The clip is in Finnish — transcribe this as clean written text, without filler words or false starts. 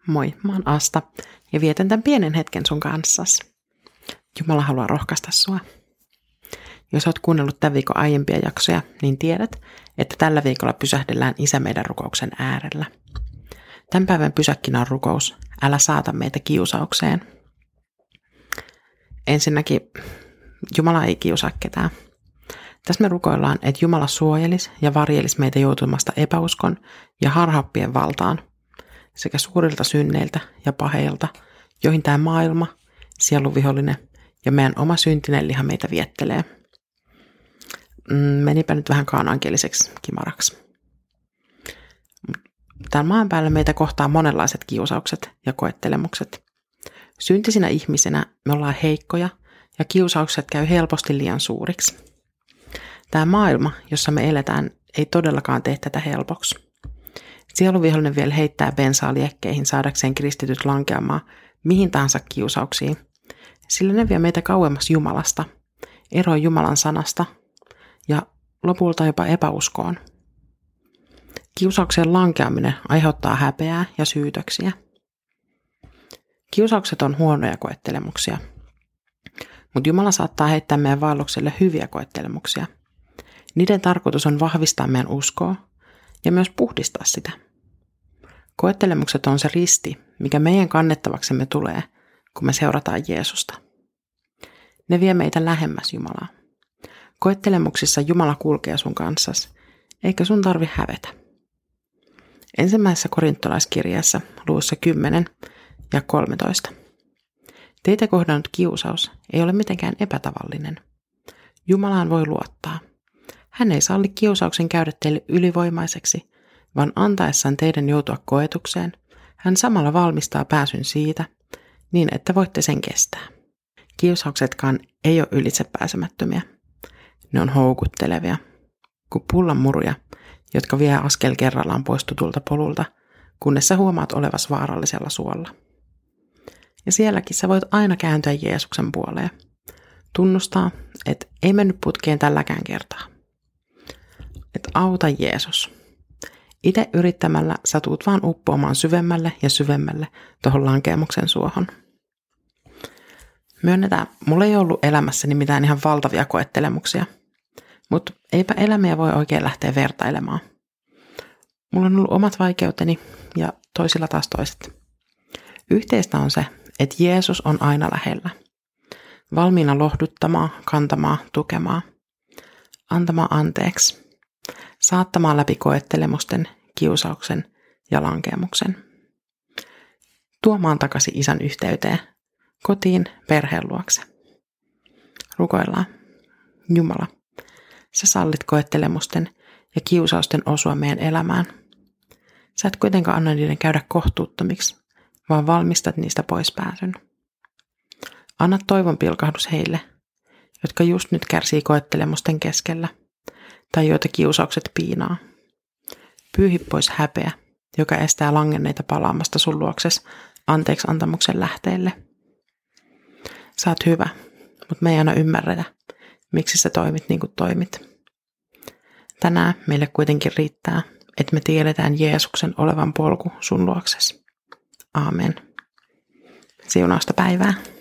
Moi, mä oon Asta ja vietän tämän pienen hetken sun kanssas. Jumala haluaa rohkaista sua. Jos oot kuunnellut tämän viikon aiempia jaksoja, niin tiedät, että tällä viikolla pysähdellään Isä meidän rukouksen äärellä. Tämän päivän pysäkkinä on rukous, älä saata meitä kiusaukseen. Ensinnäkin, Jumala ei kiusaa ketään. Tässä me rukoillaan, että Jumala suojelisi ja varjelisi meitä joutumasta epäuskon ja harhaoppien valtaan sekä suurilta synneiltä ja paheilta, joihin tämä maailma, sieluvihollinen ja meidän oma syntinen liha meitä viettelee. Menipä nyt vähän kaanaankieliseksi kimaraksi. Täällä maan päällä meitä kohtaa monenlaiset kiusaukset ja koettelemukset. Syntisinä ihmisinä me ollaan heikkoja ja kiusaukset käy helposti liian suuriksi. Tämä maailma, jossa me eletään, ei todellakaan tee tätä helpoksi. Sieluvihollinen vielä heittää bensaa liekkeihin saadakseen kristityt lankeamaan mihin tahansa kiusauksiin, sillä ne vie meitä kauemmas Jumalasta, eroon Jumalan sanasta ja lopulta jopa epäuskoon. Kiusaukseen lankeaminen aiheuttaa häpeää ja syytöksiä. Kiusaukset on huonoja koettelemuksia, mutta Jumala saattaa heittää meidän vaellukselle hyviä koettelemuksia. Niiden tarkoitus on vahvistaa meidän uskoa ja myös puhdistaa sitä. Koettelemukset on se risti, mikä meidän kannettavaksemme tulee, kun me seurataan Jeesusta. Ne vie meitä lähemmäs Jumalaa. Koettelemuksissa Jumala kulkee sun kanssasi, eikä sun tarvi hävetä. Ensimmäisessä korintolaiskirjeessä luvussa 10 ja 13. Teitä kohdannut kiusaus ei ole mitenkään epätavallinen. Jumalaan voi luottaa. Hän ei salli kiusauksen käydä teille ylivoimaiseksi, vaan antaessaan teidän joutua koetukseen, hän samalla valmistaa pääsyn siitä, niin että voitte sen kestää. Kiusauksetkaan ei ole ylitsepääsemättömiä. Ne on houkuttelevia, kuin pullanmuruja, jotka vie askel kerrallaan pois tutulta polulta, kunnes sä huomaat olevas vaarallisella suolla. Ja sielläkin sä voit aina kääntyä Jeesuksen puoleen. Tunnustaa, että ei mennyt putkeen tälläkään kertaa. Että auta Jeesus. Itse yrittämällä sä tuut vaan uppoamaan syvemmälle ja syvemmälle tuohon lankeemuksen suohon. Myönnetään, mulla ei ollut elämässäni mitään ihan valtavia koettelemuksia, mutta eipä elämiä voi oikein lähteä vertailemaan. Mulla on ollut omat vaikeuteni ja toisilla taas toiset. Yhteistä on se, että Jeesus on aina lähellä. Valmiina lohduttamaan, kantamaan, tukemaan, antamaan anteeksi, saattamaan läpi koettelemusten, kiusauksen ja lankeemuksen. Tuomaan takaisin Isän yhteyteen, kotiin, perheen luokse. Rukoillaan. Jumala, sä sallit koettelemusten ja kiusausten osua meidän elämään. Sä et kuitenkaan anna niiden käydä kohtuuttomiksi, vaan valmistat niistä pois pääsyn. Anna toivon pilkahdus heille, jotka just nyt kärsii koettelemusten keskellä, tai joita kiusaukset piinaa. Pyyhi pois häpeä, joka estää langenneita palaamasta sun luokses anteeksi antamuksen lähteelle. Sä oot hyvä, mutta me ei aina ymmärretä, miksi sä toimit niin kuin toimit. Tänään meille kuitenkin riittää, että me tiedetään Jeesuksen olevan polku sun luokses. Aamen. Siunausta päivää.